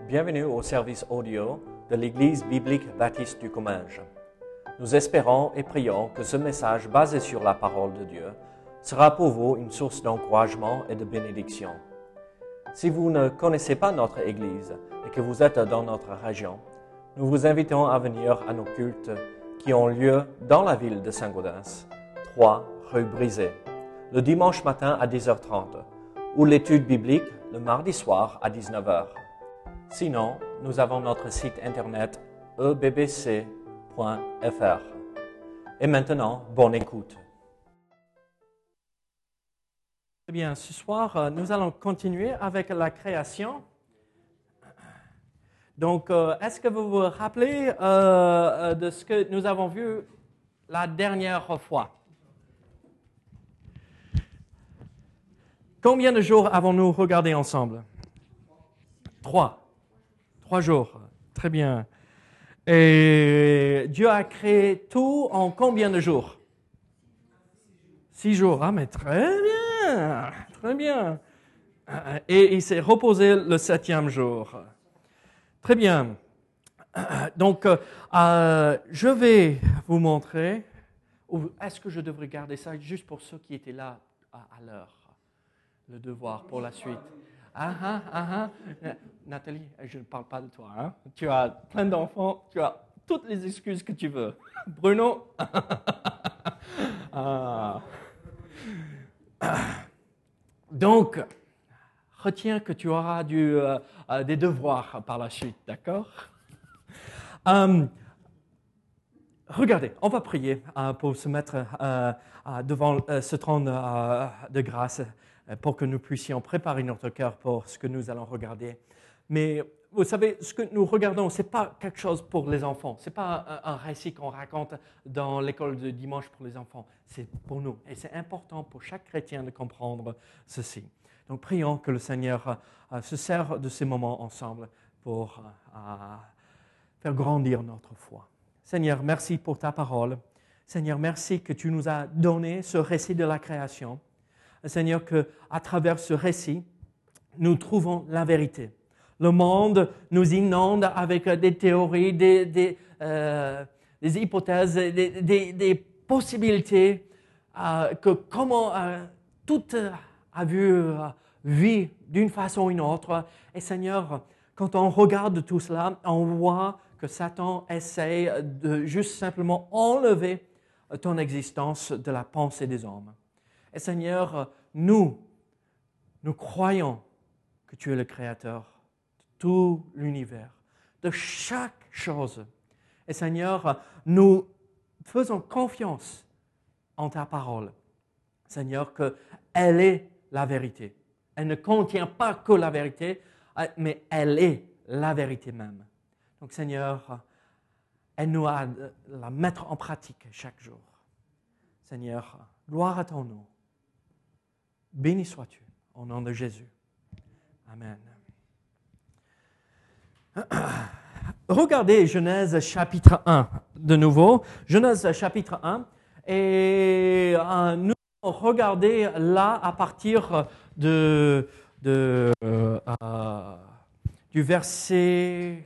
Bienvenue au service audio de l'Église biblique baptiste du Comminges. Nous espérons et prions que ce message basé sur la parole de Dieu sera pour vous une source d'encouragement et de bénédiction. Si vous ne connaissez pas notre Église et que vous êtes dans notre région, nous vous invitons à venir à nos cultes qui ont lieu dans la ville de Saint-Gaudens, 3 rue Brisée, le dimanche matin à 10h30 ou l'étude biblique le mardi soir à 19h. Sinon, nous avons notre site internet ebbc.fr. Et maintenant, bonne écoute. Eh bien, ce soir, nous allons continuer avec la création. Donc, est-ce que vous vous rappelez de ce que nous avons vu la dernière fois? Combien de jours avons-nous regardé ensemble? 3 jours. Très bien. Et Dieu a créé tout en combien de jours? 6 jours. Ah, mais très bien. Très bien. Et il s'est reposé le 7e jour. Très bien. Donc, je vais vous montrer. Ou est-ce que je devrais garder ça juste pour ceux qui étaient là à l'heure? Le devoir pour la suite. Nathalie, je ne parle pas de toi. Hein? Tu as plein d'enfants, tu as toutes les excuses que tu veux. Bruno? Donc, retiens que tu auras des devoirs par la suite, d'accord? Regardez, on va prier pour se mettre devant ce trône de grâce pour que nous puissions préparer notre cœur pour ce que nous allons regarder. Mais vous savez, ce que nous regardons, ce n'est pas quelque chose pour les enfants. Ce n'est pas un récit qu'on raconte dans l'école de dimanche pour les enfants. C'est pour nous. Et c'est important pour chaque chrétien de comprendre ceci. Donc, prions que le Seigneur se serve de ces moments ensemble pour faire grandir notre foi. Seigneur, merci pour ta parole. Seigneur, merci que tu nous as donné ce récit de la création. Seigneur, qu'à travers ce récit, nous trouvons la vérité. Le monde nous inonde avec des théories, des hypothèses, des possibilités, que comment tout a vu d'une façon ou une autre. Et Seigneur, quand on regarde tout cela, on voit que Satan essaye de juste simplement enlever ton existence de la pensée des hommes. Et Seigneur, nous croyons que tu es le Créateur de tout l'univers, de chaque chose. Et Seigneur, nous faisons confiance en ta parole. Seigneur, qu'elle est la vérité. Elle ne contient pas que la vérité, mais elle est la vérité même. Donc Seigneur, aide-nous à la mettre en pratique chaque jour. Seigneur, gloire à ton nom. Béni sois-tu, au nom de Jésus. Amen. Regardez Genèse chapitre 1 de nouveau. Genèse chapitre 1. Et nous regardons là à partir du verset,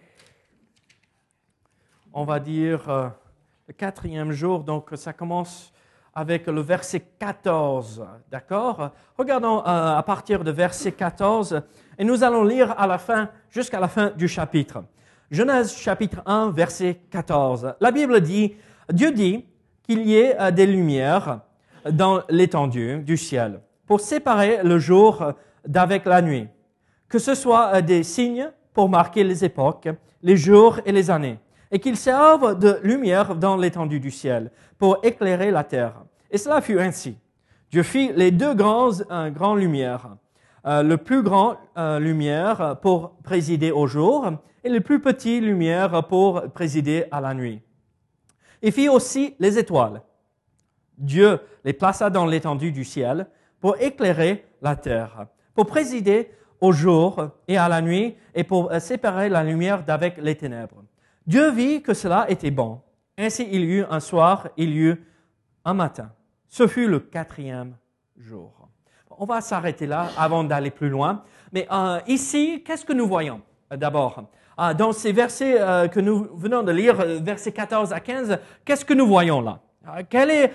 on va dire, le 4e jour. Donc ça commence avec le verset 14, d'accord? Regardons à partir de verset 14, et nous allons lire à la fin, jusqu'à la fin du chapitre. Genèse chapitre 1, verset 14. La Bible dit, Dieu dit qu'il y ait des lumières dans l'étendue du ciel, pour séparer le jour d'avec la nuit, que ce soit des signes pour marquer les époques, les jours et les années, et qu'ils servent de lumière dans l'étendue du ciel, pour éclairer la terre. Et cela fut ainsi. Dieu fit les deux grands lumières, le plus grand lumière pour présider au jour, et le plus petit lumière pour présider à la nuit. Il fit aussi les étoiles. Dieu les plaça dans l'étendue du ciel pour éclairer la terre, pour présider au jour et à la nuit, et pour séparer la lumière d'avec les ténèbres. Dieu vit que cela était bon. Ainsi il y eut un soir, il y eut un matin. Ce fut le 4e jour. On va s'arrêter là avant d'aller plus loin. Mais ici, qu'est-ce que nous voyons? d'abord. Dans ces versets que nous venons de lire, versets 14 à 15, qu'est-ce que nous voyons là? Quels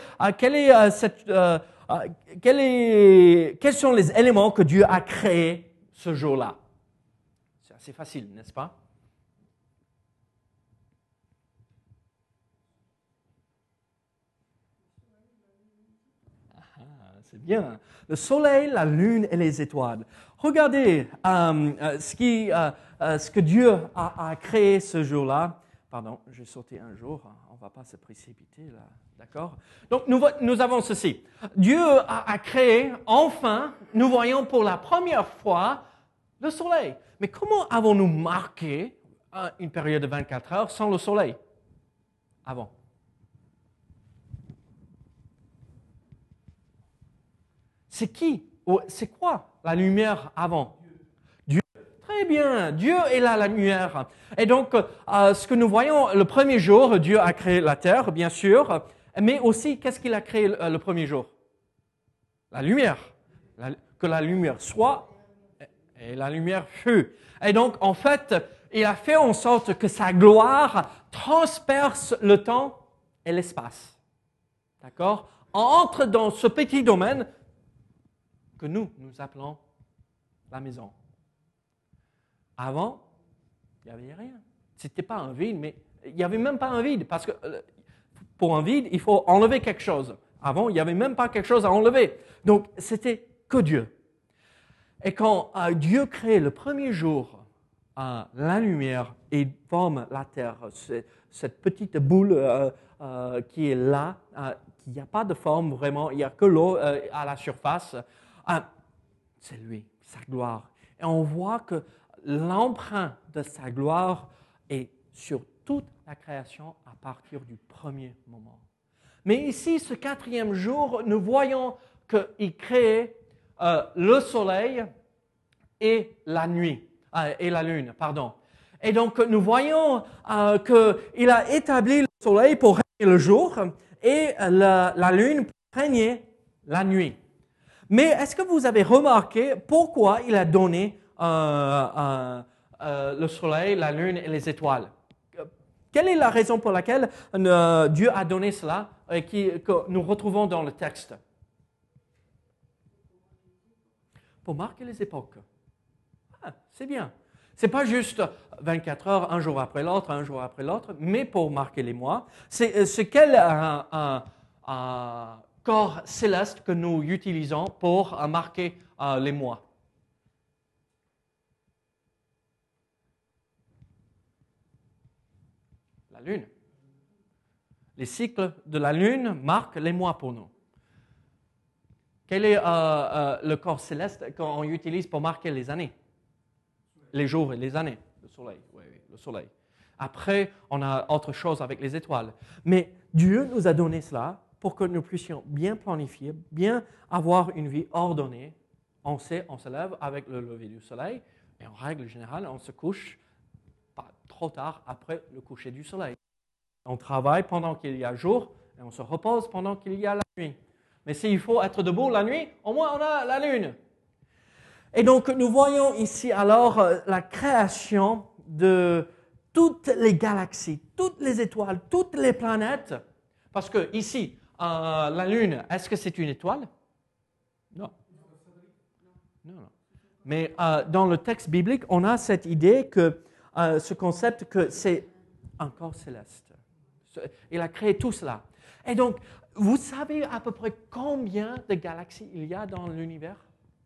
sont les éléments que Dieu a créés ce jour-là? C'est assez facile, n'est-ce pas? C'est bien. Le soleil, la lune et les étoiles. Regardez ce que Dieu a créé ce jour-là. Pardon, j'ai sauté un jour. On ne va pas se précipiter là. D'accord? Donc, nous avons ceci. Dieu a créé, enfin, nous voyons pour la première fois le soleil. Mais comment avons-nous marqué une période de 24 heures sans le soleil avant? C'est qui? C'est quoi la lumière avant? Dieu. Très bien, Dieu est la lumière. Et donc, ce que nous voyons le premier jour, Dieu a créé la terre, bien sûr, mais aussi, qu'est-ce qu'il a créé le premier jour? La lumière. Que la lumière soit, et la lumière fut. Et donc, en fait, il a fait en sorte que sa gloire transperce le temps et l'espace. D'accord? On entre dans ce petit domaine que nous appelons la maison. Avant, il n'y avait rien. Ce n'était pas un vide, mais il n'y avait même pas un vide, parce que pour un vide, il faut enlever quelque chose. Avant, il n'y avait même pas quelque chose à enlever. Donc, c'était que Dieu. Et quand Dieu crée le premier jour la lumière et forme la terre, cette petite boule qui est là, qui n'y a pas de forme vraiment, il n'y a que l'eau à la surface, c'est lui, sa gloire. Et on voit que l'empreinte de sa gloire est sur toute la création à partir du premier moment. Mais ici, ce quatrième jour, nous voyons qu'il crée le soleil et la nuit, et la lune, pardon. Et donc, nous voyons qu'il a établi le soleil pour régner le jour et la lune pour régner la nuit. Mais est-ce que vous avez remarqué pourquoi il a donné le soleil, la lune et les étoiles? Quelle est la raison pour laquelle Dieu a donné cela que nous retrouvons dans le texte? Pour marquer les époques. C'est bien. Ce n'est pas juste 24 heures, un jour après l'autre, mais pour marquer les mois. C'est quel corps céleste que nous utilisons pour marquer les mois? La lune. Les cycles de la lune marquent les mois pour nous. Quel est le corps céleste qu'on utilise pour marquer les années? Les jours et les années. Le soleil, oui, le soleil. Après, on a autre chose avec les étoiles. Mais Dieu nous a donné cela pour que nous puissions bien planifier, bien avoir une vie ordonnée. On sait, on se lève avec le lever du soleil et en règle générale, on se couche pas trop tard après le coucher du soleil. On travaille pendant qu'il y a jour et on se repose pendant qu'il y a la nuit. Mais s'il faut être debout la nuit, au moins on a la lune. Et donc, nous voyons ici alors la création de toutes les galaxies, toutes les étoiles, toutes les planètes. Parce que ici, la Lune, est-ce que c'est une étoile? Non. Non. Mais dans le texte biblique, on a cette idée que, ce concept que c'est un corps céleste. Il a créé tout cela. Et donc, vous savez à peu près combien de galaxies il y a dans l'univers?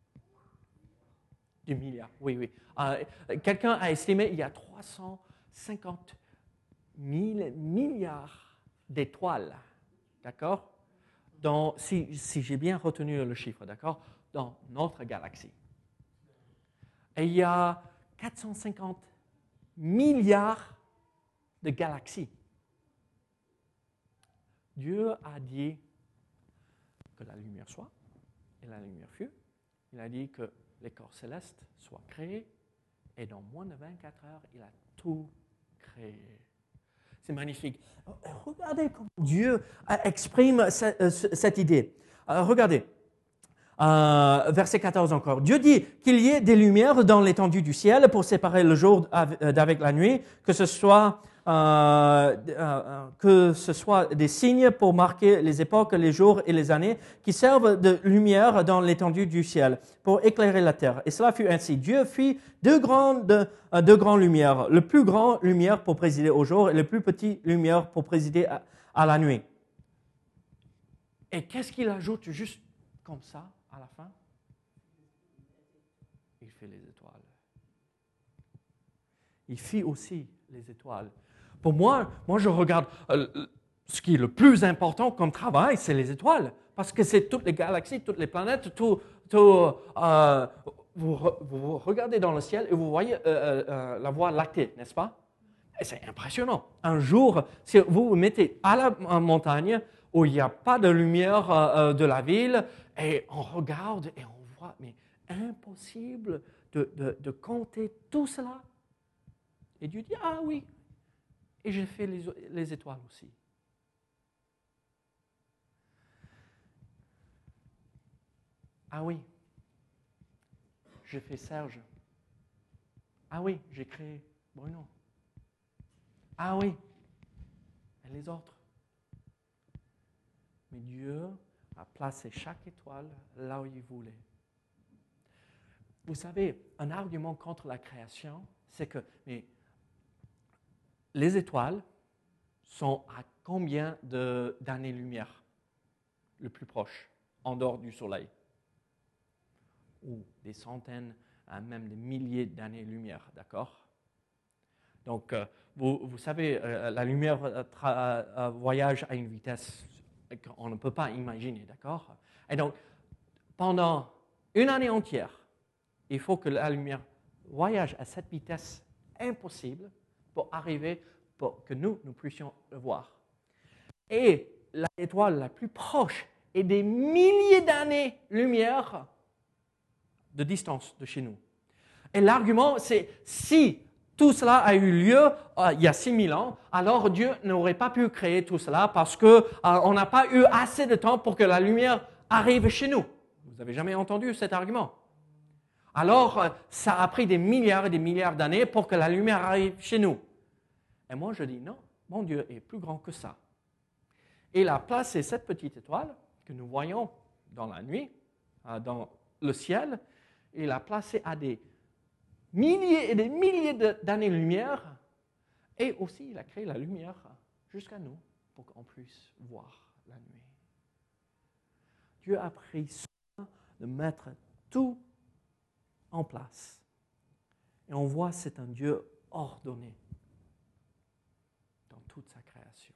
Du milliard, oui. Quelqu'un a estimé qu'il y a 350 000 milliards d'étoiles, d'accord? Si j'ai bien retenu le chiffre, d'accord? Dans notre galaxie. Et il y a 450 milliards de galaxies. Dieu a dit que la lumière soit, et la lumière fut. Il a dit que les corps célestes soient créés, et dans moins de 24 heures, il a tout créé. C'est magnifique. Regardez comment Dieu exprime cette idée. Regardez. Verset 14 encore. Dieu dit qu'il y ait des lumières dans l'étendue du ciel pour séparer le jour d'avec la nuit, que ce soit des signes pour marquer les époques, les jours et les années, qui servent de lumière dans l'étendue du ciel, pour éclairer la terre. Et cela fut ainsi. Dieu fit deux grandes lumières. Le plus grand lumière pour présider au jour et le plus petit lumière pour présider à la nuit. Et qu'est-ce qu'il ajoute juste comme ça à la fin? Il fait les étoiles. Il fit aussi les étoiles. Pour moi, je regarde ce qui est le plus important comme travail, c'est les étoiles. Parce que c'est toutes les galaxies, toutes les planètes, vous regardez dans le ciel et vous voyez la Voie lactée, n'est-ce pas? Et c'est impressionnant. Un jour, si vous vous mettez à la montagne où il n'y a pas de lumière de la ville et on regarde et on voit, mais impossible de compter tout cela. Et Dieu dit, ah oui, et j'ai fait les étoiles aussi. Ah oui, j'ai fait Serge. Ah oui, j'ai créé Bruno. Ah oui, et les autres. Mais Dieu a placé chaque étoile là où il voulait. Vous savez, un argument contre la création, c'est que les étoiles sont à combien d'années-lumière le plus proche, en dehors du Soleil? Ou des centaines, même des milliers d'années-lumière, d'accord? Donc, vous savez, la lumière voyage à une vitesse qu'on ne peut pas imaginer, d'accord? Et donc, pendant une année entière, il faut que la lumière voyage à cette vitesse impossible pour arriver, pour que nous puissions le voir. Et l'étoile la plus proche est des milliers d'années-lumière de distance de chez nous. Et l'argument, c'est si tout cela a eu lieu il y a 6000 ans, alors Dieu n'aurait pas pu créer tout cela parce qu'on n'a pas eu assez de temps pour que la lumière arrive chez nous. Vous n'avez jamais entendu cet argument? Alors, ça a pris des milliards et des milliards d'années pour que la lumière arrive chez nous. Et moi, je dis non, mon Dieu est plus grand que ça. Il a placé cette petite étoile que nous voyons dans la nuit, dans le ciel, il a placé à des milliers et des milliers d'années-lumière, et aussi il a créé la lumière jusqu'à nous pour qu'on puisse voir la nuit. Dieu a pris soin de mettre tout en place. Et on voit que c'est un Dieu ordonné dans toute sa création.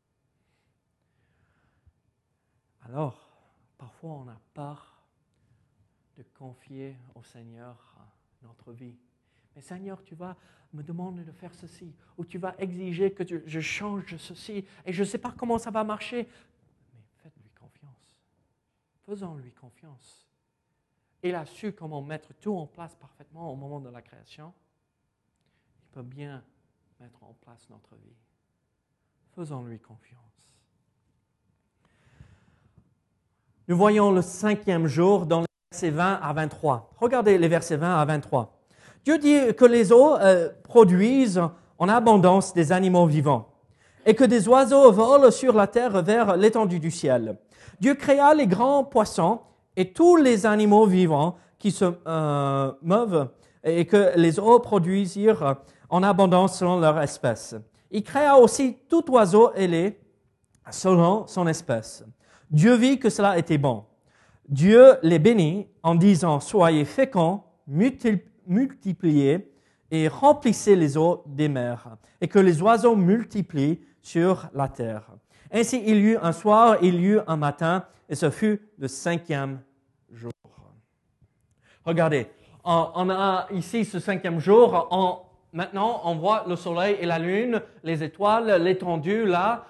Alors, parfois on a peur de confier au Seigneur notre vie. Mais Seigneur, tu vas me demander de faire ceci, ou tu vas exiger que je change ceci, et je ne sais pas comment ça va marcher. Mais faites-lui confiance. Faisons-lui confiance. Il a su comment mettre tout en place parfaitement au moment de la création. Il peut bien mettre en place notre vie. Faisons-lui confiance. Nous voyons le 5e jour dans les versets 20 à 23. Regardez les versets 20 à 23. Dieu dit que les eaux produisent en abondance des animaux vivants et que des oiseaux volent sur la terre vers l'étendue du ciel. Dieu créa les grands poissons et tous les animaux vivants qui se meuvent et que les eaux produisirent en abondance selon leur espèce. Il créa aussi tout oiseau ailé selon son espèce. Dieu vit que cela était bon. Dieu les bénit en disant « Soyez féconds, multipliez et remplissez les eaux des mers, et que les oiseaux multiplient sur la terre. » Ainsi il y eut un soir, il y eut un matin, et ce fut le 5e jour. Regardez, on a ici ce 5e jour. Maintenant, on voit le soleil et la lune, les étoiles, l'étendue là.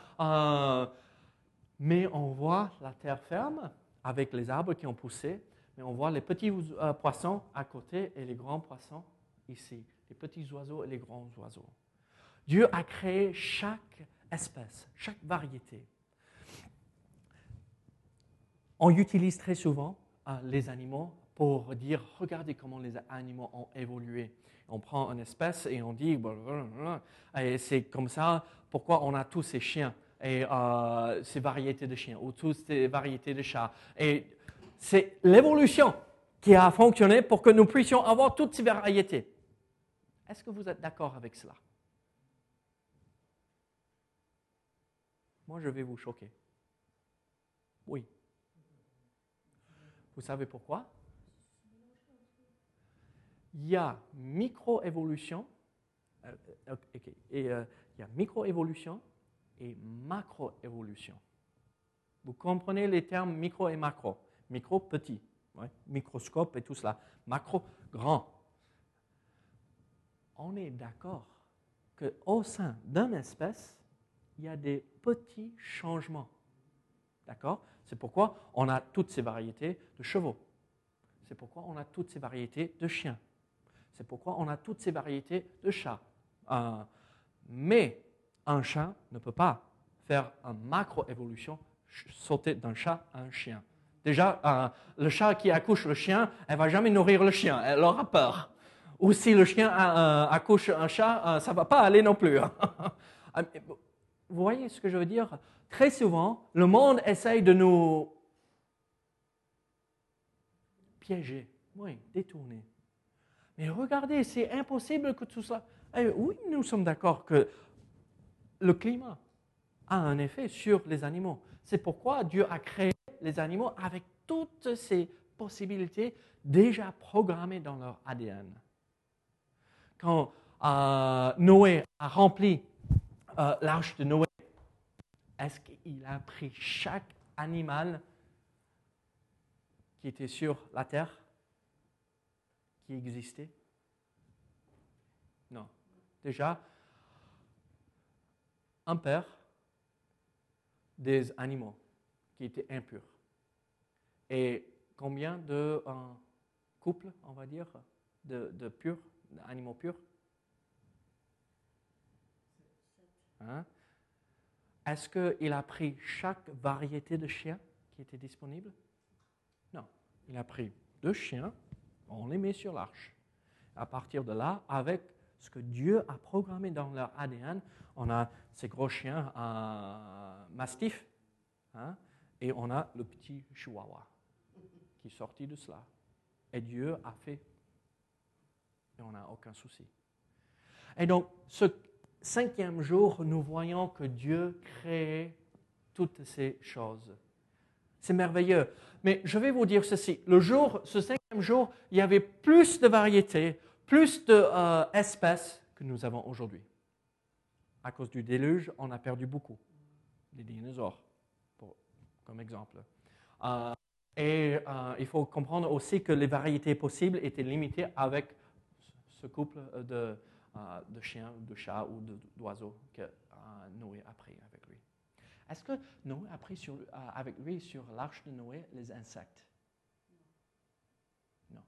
Mais on voit la terre ferme avec les arbres qui ont poussé. Mais on voit les petits poissons à côté et les grands poissons ici. Les petits oiseaux et les grands oiseaux. Dieu a créé chaque espèce, chaque variété. On utilise très souvent les animaux pour dire, regardez comment les animaux ont évolué. On prend une espèce et on dit, et c'est comme ça, pourquoi on a tous ces chiens et ces variétés de chiens ou toutes ces variétés de chats. Et c'est l'évolution qui a fonctionné pour que nous puissions avoir toutes ces variétés. Est-ce que vous êtes d'accord avec cela? Moi, je vais vous choquer. Oui. Vous savez pourquoi? Il y a microévolution, il y a microévolution et macroévolution. Vous comprenez les termes micro et macro? Micro, petit, ouais, microscope et tout cela. Macro, grand. On est d'accord qu'au sein d'une espèce, il y a des petits changements. D'accord? C'est pourquoi on a toutes ces variétés de chevaux. C'est pourquoi on a toutes ces variétés de chiens. C'est pourquoi on a toutes ces variétés de chats. Mais un chat ne peut pas faire une macro-évolution, sauter d'un chat à un chien. Déjà, le chat qui accouche le chien, elle ne va jamais nourrir le chien, elle aura peur. Ou si le chien accouche un chat, ça ne va pas aller non plus. Vous voyez ce que je veux dire? Très souvent, le monde essaye de nous piéger, oui, détourner. Mais regardez, c'est impossible que tout cela... oui, nous sommes d'accord que le climat a un effet sur les animaux. C'est pourquoi Dieu a créé les animaux avec toutes ces possibilités déjà programmées dans leur ADN. Quand Noé a rempli l'arche de Noé, est-ce qu'il a pris chaque animal qui était sur la terre, qui existait? Non. Déjà, un père des animaux qui étaient impurs. Et combien de couples, on va dire, de purs, d'animaux purs? Hein? Est-ce qu'il a pris chaque variété de chiens qui était disponible? Non. Il a pris 2 chiens, on les met sur l'arche. À partir de là, avec ce que Dieu a programmé dans leur ADN, on a ces gros chiens mastifs, hein, et on a le petit chihuahua qui est sorti de cela. Et Dieu a fait, et on n'a aucun souci. Et donc, ce 5e jour, nous voyons que Dieu crée toutes ces choses. C'est merveilleux. Mais je vais vous dire ceci. Ce 5e jour, il y avait plus de variétés, plus d'espèces que nous avons aujourd'hui. À cause du déluge, on a perdu beaucoup. Les dinosaures, comme exemple. Il faut comprendre aussi que les variétés possibles étaient limitées avec ce couple de chiens, de chats ou d'oiseaux que Noé a pris avec lui. Est-ce que Noé a pris avec lui sur l'arche de Noé les insectes? Non.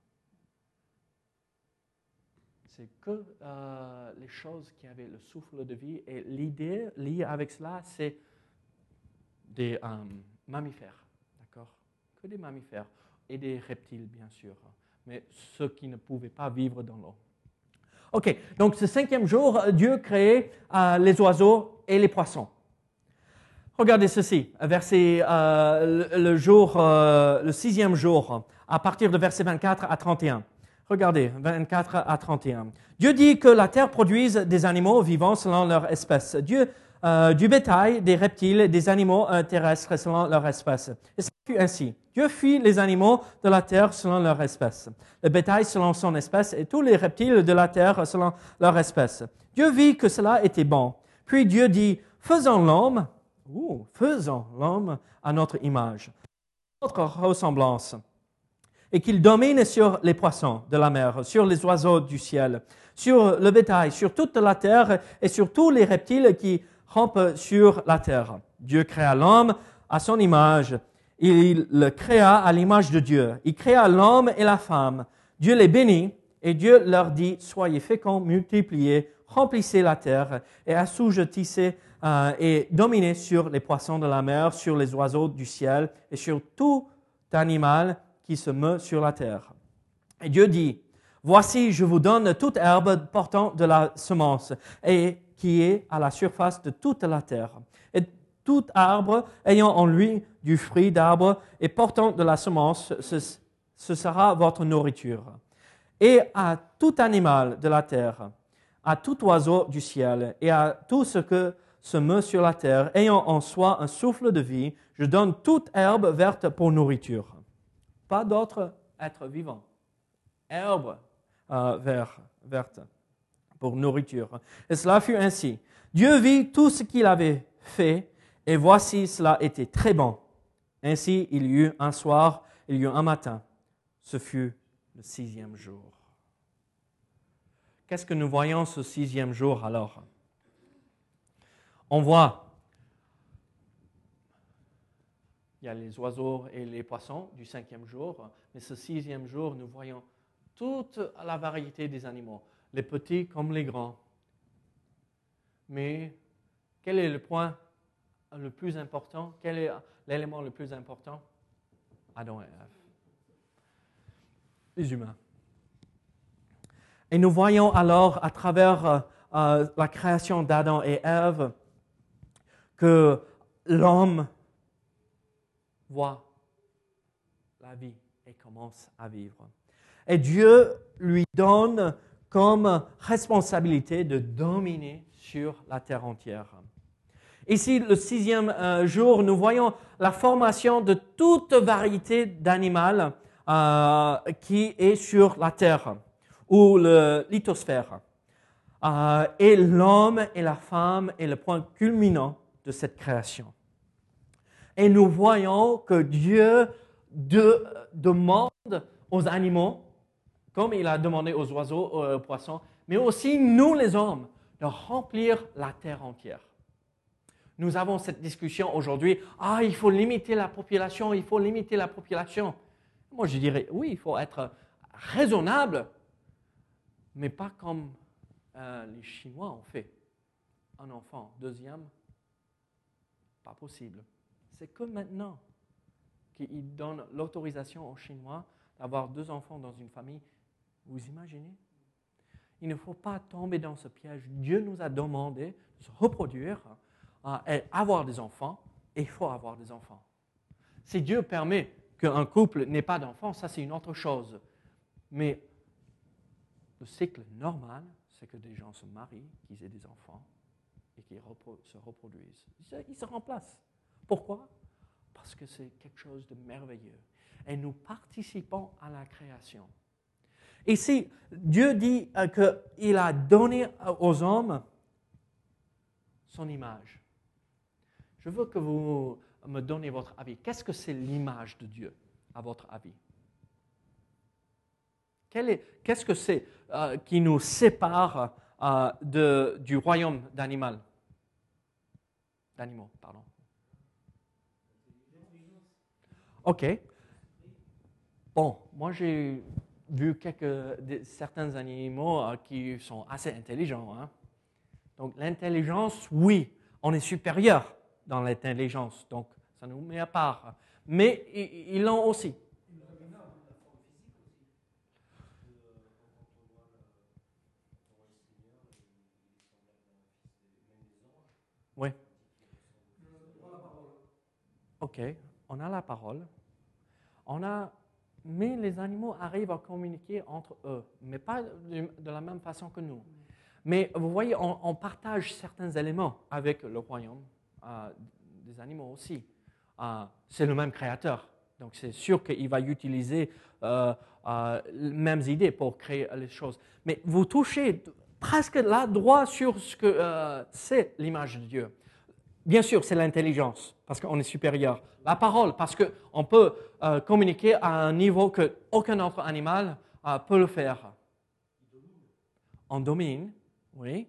C'est que les choses qui avaient le souffle de vie. Et l'idée liée avec cela, c'est des mammifères. D'accord? Que des mammifères. Et des reptiles, bien sûr. Mais ceux qui ne pouvaient pas vivre dans l'eau. OK, donc ce 5e jour, Dieu créait les oiseaux et les poissons. Regardez ceci, le 6e jour, à partir de verset 24 à 31. Regardez, 24 à 31. Dieu dit que la terre produise des animaux vivants selon leur espèce. Du bétail, des reptiles, des animaux terrestres selon leur espèce. Et ça fut ainsi. Dieu fit les animaux de la terre selon leur espèce, le bétail selon son espèce et tous les reptiles de la terre selon leur espèce. Dieu vit que cela était bon. Puis Dieu dit, faisons l'homme à notre image, à notre ressemblance, et qu'il domine sur les poissons de la mer, sur les oiseaux du ciel, sur le bétail, sur toute la terre et sur tous les reptiles qui rampent sur la terre. Dieu créa l'homme à son image. Il le créa à l'image de Dieu. Il créa l'homme et la femme. Dieu les bénit et Dieu leur dit, soyez féconds, multipliez, remplissez la terre et assujettissez et dominez sur les poissons de la mer, sur les oiseaux du ciel et sur tout animal qui se meut sur la terre. Et Dieu dit, voici, je vous donne toute herbe portant de la semence et qui est à la surface de toute la terre. Et tout arbre ayant en lui du fruit d'arbre et portant de la semence, ce sera votre nourriture. Et à tout animal de la terre, à tout oiseau du ciel et à tout ce que se meut sur la terre, ayant en soi un souffle de vie, je donne toute herbe verte pour nourriture. Pas d'autre être vivant. Herbe verte pour nourriture. Et cela fut ainsi. Dieu vit tout ce qu'il avait fait, et voici, cela était très bon. Ainsi, il y eut un soir, il y eut un matin. Ce fut le 6e jour. Qu'est-ce que nous voyons ce 6e jour alors? On voit, il y a les oiseaux et les poissons du 5e jour, mais ce 6e jour, nous voyons toute la variété des animaux, les petits comme les grands. Mais quel est le point le plus important? Quel est l'élément le plus important? Adam et Ève. Les humains. Et nous voyons alors à travers la création d'Adam et Ève que l'homme voit la vie et commence à vivre. Et Dieu lui donne comme responsabilité de dominer sur la terre entière. Ici, le 6e jour, nous voyons la formation de toute variété d'animaux qui est sur la terre, ou le lithosphère. Et l'homme et la femme est le point culminant de cette création. Et nous voyons que Dieu demande aux animaux, comme il a demandé aux oiseaux, aux poissons, mais aussi nous les hommes, de remplir la terre entière. Nous avons cette discussion aujourd'hui, il faut limiter la population, il faut limiter la population. Moi je dirais, oui, il faut être raisonnable, mais pas comme les Chinois ont fait. Un enfant, deuxième, pas possible. C'est que maintenant qu'ils donnent l'autorisation aux Chinois d'avoir 2 enfants dans une famille. Vous imaginez? Il ne faut pas tomber dans ce piège. Dieu nous a demandé de se reproduire et avoir des enfants, et il faut avoir des enfants. Si Dieu permet qu'un couple n'ait pas d'enfants, ça c'est une autre chose. Mais le cycle normal, c'est que des gens se marient, qu'ils aient des enfants et qu'ils se reproduisent. Ils se remplacent. Pourquoi? Parce que c'est quelque chose de merveilleux. Et nous participons à la création. Ici, Dieu dit qu'il a donné aux hommes son image. Je veux que vous me donniez votre avis. Qu'est-ce que c'est l'image de Dieu, à votre avis? Qu'est-ce que c'est qui nous sépare du royaume d'animaux? OK. Bon, moi j'ai vu certains animaux qui sont assez intelligents. Hein? Donc l'intelligence, oui, on est supérieur dans l'intelligence, donc ça nous met à part. Mais ils l'ont aussi. Oui. OK, on a la parole. Mais les animaux arrivent à communiquer entre eux, mais pas de la même façon que nous. Mais vous voyez, on partage certains éléments avec le royaume des animaux aussi. C'est le même créateur, donc c'est sûr qu'il va utiliser les mêmes idées pour créer les choses. Mais vous touchez presque là droit sur ce que c'est l'image de Dieu. Bien sûr, c'est l'intelligence, parce qu'on est supérieur. La parole, parce qu'on peut communiquer à un niveau qu'aucun autre animal peut le faire. On domine, oui.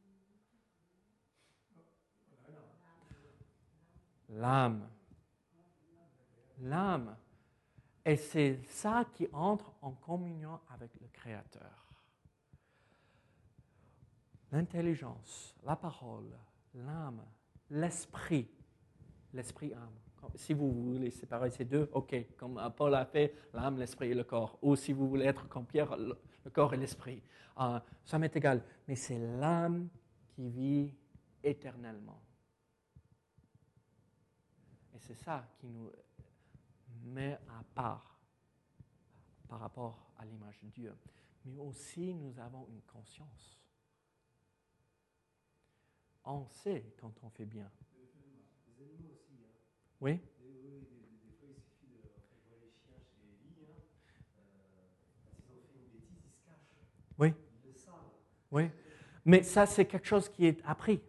L'âme. L'âme. Et c'est ça qui entre en communion avec le Créateur. L'intelligence, la parole, l'âme, l'esprit âme, Si vous voulez séparer ces deux, ok, comme Paul a fait, l'âme, l'esprit et le corps. Ou si vous voulez être comme Pierre, le corps et l'esprit. Ça m'est égal. Mais c'est l'âme qui vit éternellement. Et c'est ça qui nous met à part par rapport à l'image de Dieu. Mais aussi, nous avons une conscience. On sait quand on fait bien. Les animaux aussi. Hein. Oui? Des fois, il suffit de. Je vois les chiens chez les lits. Quand ils ont fait une bêtise, ils se cachent. Oui. Ils le savent. Oui. Mais ça, c'est quelque chose qui est appris.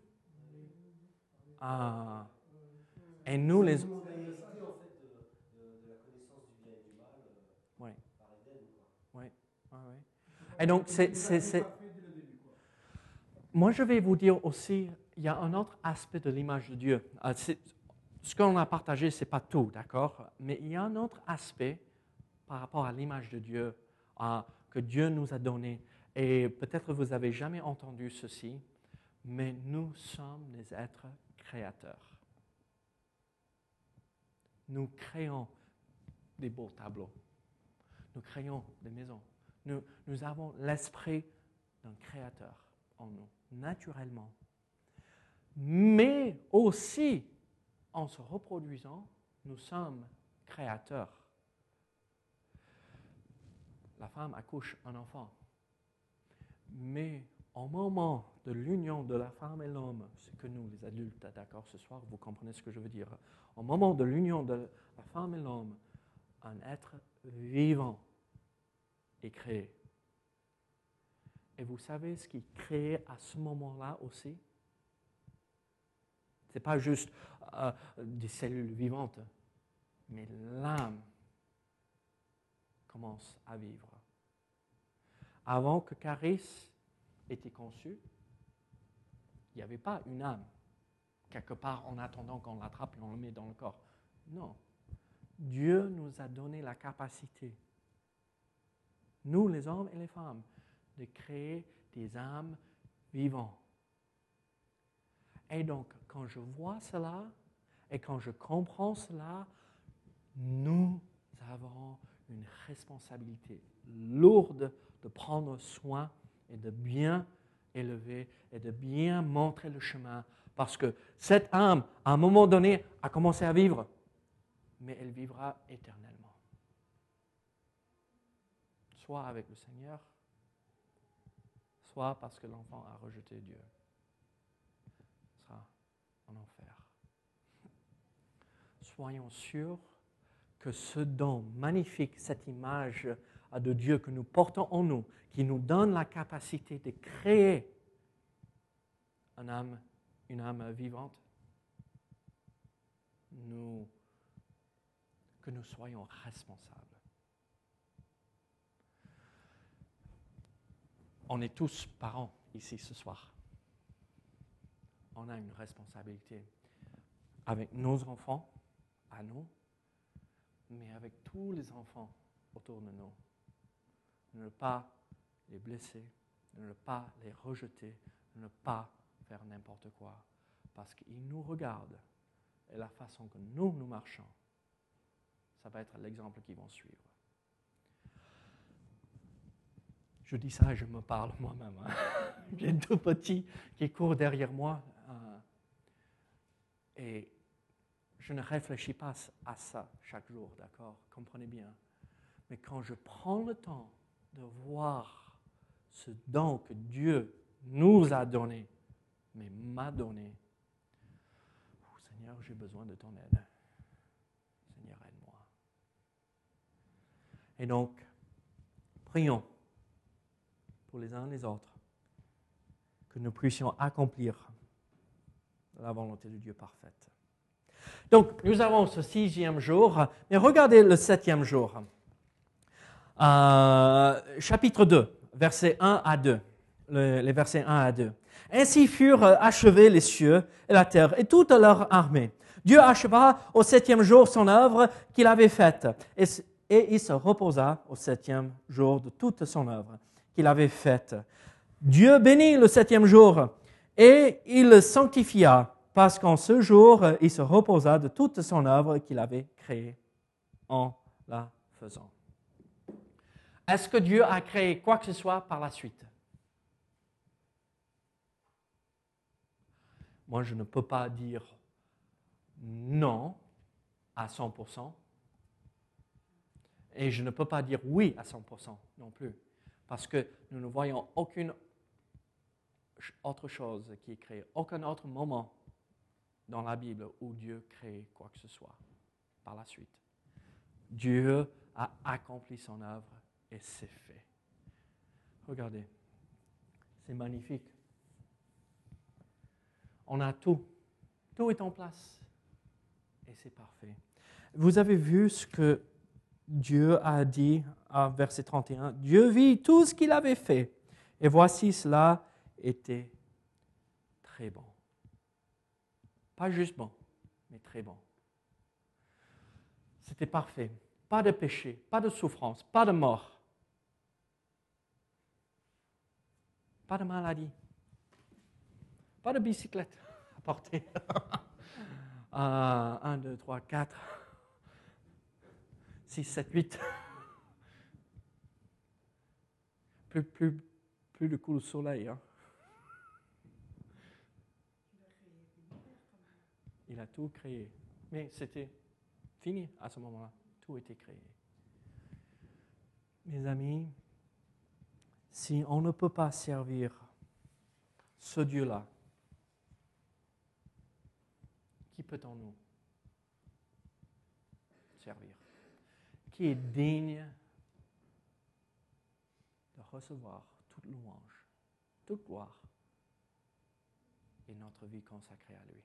Et nous, les. Ils ont gagné l'esprit, en fait, de la connaissance du bien et du mal Oui. par Éden. Oui. Et donc, moi, je vais vous dire aussi, il y a un autre aspect de l'image de Dieu. Ce qu'on a partagé, ce n'est pas tout, d'accord? Mais il y a un autre aspect par rapport à l'image de Dieu que Dieu nous a donné. Et peut-être vous n'avez jamais entendu ceci, mais nous sommes des êtres créateurs. Nous créons des beaux tableaux. Nous créons des maisons. Nous avons l'esprit d'un créateur en nous, naturellement. Mais aussi, en se reproduisant, nous sommes créateurs. La femme accouche un enfant. Mais au moment de l'union de la femme et l'homme, c'est que nous, les adultes, d'accord, ce soir, vous comprenez ce que je veux dire. Au moment de l'union de la femme et l'homme, un être vivant est créé. Et vous savez ce qui est créé à ce moment-là aussi? Ce n'est pas juste des cellules vivantes, mais l'âme commence à vivre. Avant que Caris ait été conçu, il n'y avait pas une âme, quelque part en attendant qu'on l'attrape et on le met dans le corps. Non. Dieu nous a donné la capacité, nous les hommes et les femmes, de créer des âmes vivantes. Et donc, quand je vois cela et quand je comprends cela, nous avons une responsabilité lourde de prendre soin et de bien élever et de bien montrer le chemin. Parce que cette âme, à un moment donné, a commencé à vivre, mais elle vivra éternellement. Soit avec le Seigneur, soit parce que l'enfant a rejeté Dieu. Ce sera en enfer. Soyons sûrs que ce don magnifique, cette image de Dieu que nous portons en nous, qui nous donne la capacité de créer une âme vivante, que nous soyons responsables. On est tous parents ici ce soir. On a une responsabilité avec nos enfants, à nous, mais avec tous les enfants autour de nous. Ne pas les blesser, ne pas les rejeter, ne pas faire n'importe quoi, parce qu'ils nous regardent et la façon que nous marchons, ça va être l'exemple qu'ils vont suivre. Je dis ça et je me parle moi-même. J'ai un tout petit qui court derrière moi et je ne réfléchis pas à ça chaque jour, d'accord? Comprenez bien. Mais quand je prends le temps de voir ce don que Dieu nous a donné, mais m'a donné, Seigneur, j'ai besoin de ton aide. Seigneur, aide-moi. Et donc, prions pour les uns et les autres, que nous puissions accomplir la volonté de Dieu parfaite. Donc, nous avons ce 6e jour, mais regardez le 7e jour. Chapitre 2, versets 1 à 2. Les versets 1 à 2. Ainsi furent achevés les cieux et la terre et toute leur armée. Dieu acheva au 7e jour son œuvre qu'il avait faite, et il se reposa au 7e jour de toute son œuvre qu'il avait faite. Dieu bénit le 7e jour et il le sanctifia, parce qu'en ce jour, il se reposa de toute son œuvre qu'il avait créée en la faisant. Est-ce que Dieu a créé quoi que ce soit par la suite? Moi, je ne peux pas dire non à 100%. Et je ne peux pas dire oui à 100% non plus. Parce que nous ne voyons aucune autre chose qui est créée, aucun autre moment dans la Bible où Dieu crée quoi que ce soit par la suite. Dieu a accompli son œuvre et c'est fait. Regardez, c'est magnifique. On a tout. Tout est en place. Et c'est parfait. Vous avez vu ce que Dieu a dit à verset 31. Dieu vit tout ce qu'il avait fait. Et voici, cela était très bon. Pas juste bon, mais très bon. C'était parfait. Pas de péché, pas de souffrance, pas de mort. Pas de maladie. Pas de bicyclette à porter. 1, 2, 3, 4, 6, 7, 8. Plus de coups de soleil. Hein. Il a tout créé. Mais c'était fini à ce moment-là. Tout était créé. Mes amis, si on ne peut pas servir ce Dieu-là, qui peut-on nous servir? Qui est digne de recevoir toute louange, toute gloire et notre vie consacrée à lui?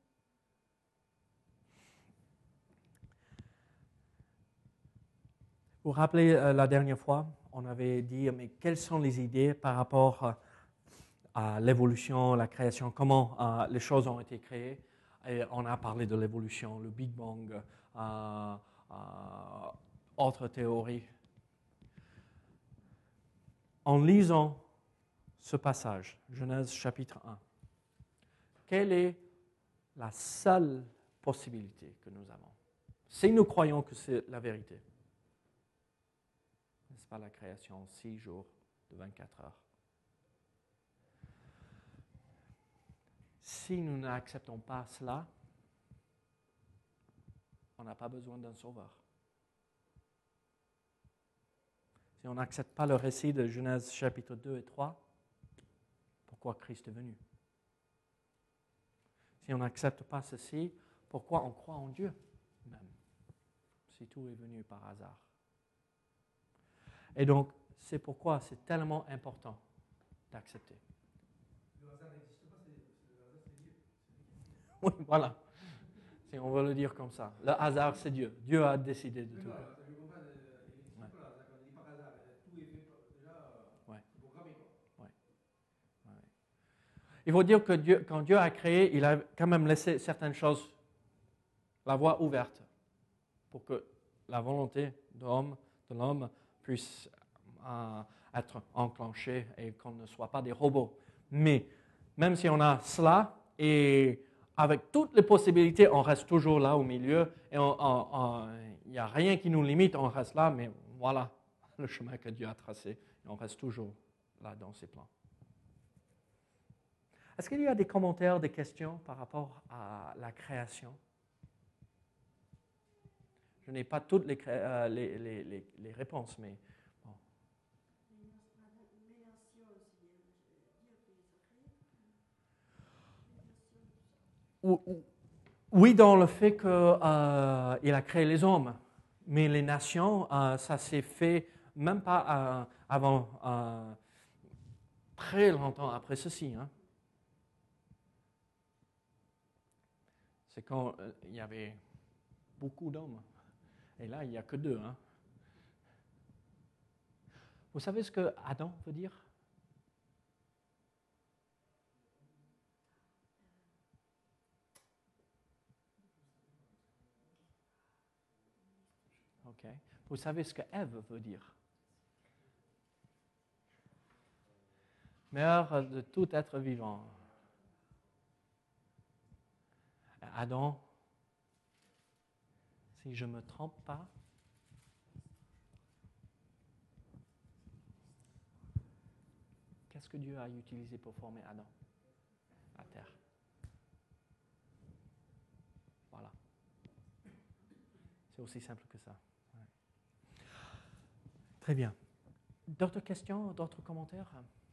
Vous vous rappelez la dernière fois, on avait dit, mais quelles sont les idées par rapport à l'évolution, la création, comment les choses ont été créées? Et on a parlé de l'évolution, le Big Bang, autres théories. En lisant ce passage, Genèse chapitre 1, quelle est la seule possibilité que nous avons? Si nous croyons que c'est la vérité, n'est-ce pas la création en 6 jours de 24 heures? Si nous n'acceptons pas cela, on n'a pas besoin d'un sauveur. Si on n'accepte pas le récit de Genèse chapitre 2 et 3, pourquoi Christ est venu? Si on n'accepte pas ceci, pourquoi on croit en Dieu même? Si tout est venu par hasard. Et donc, c'est pourquoi c'est tellement important d'accepter. Le hasard n'existe pas, le hasard c'est Dieu. Oui, voilà. Si on veut le dire comme ça. Le hasard, c'est Dieu. Dieu a décidé de tout. Je comprends, il n'existe pas le hasard. Quand on dit par hasard, tout est fait déjà, c'est programmé quoi. Ouais. Ouais. Il faut dire que Dieu, quand Dieu a créé, il a quand même laissé certaines choses, la voie ouverte, pour que la volonté de l'homme puisse être enclenchée et qu'on ne soit pas des robots. Mais même si on a cela, et avec toutes les possibilités, on reste toujours là au milieu, et il n'y a rien qui nous limite, on reste là, mais voilà le chemin que Dieu a tracé, et on reste toujours là dans ses plans. Est-ce qu'il y a des commentaires, des questions par rapport à la création? Je n'ai pas toutes les réponses, mais bon. Oui, dans le fait qu'il a créé les hommes, mais les nations, ça s'est fait même pas avant, très longtemps après ceci. Hein. C'est quand il y avait beaucoup d'hommes. Et là, il n'y a que 2. Hein. Vous savez ce que Adam veut dire? OK. Vous savez ce que Ève veut dire? Mère de tout être vivant. Adam, si je ne me trompe pas, qu'est-ce que Dieu a utilisé pour former Adam? La terre. Voilà. C'est aussi simple que ça. Ouais. Très bien. D'autres questions, d'autres commentaires?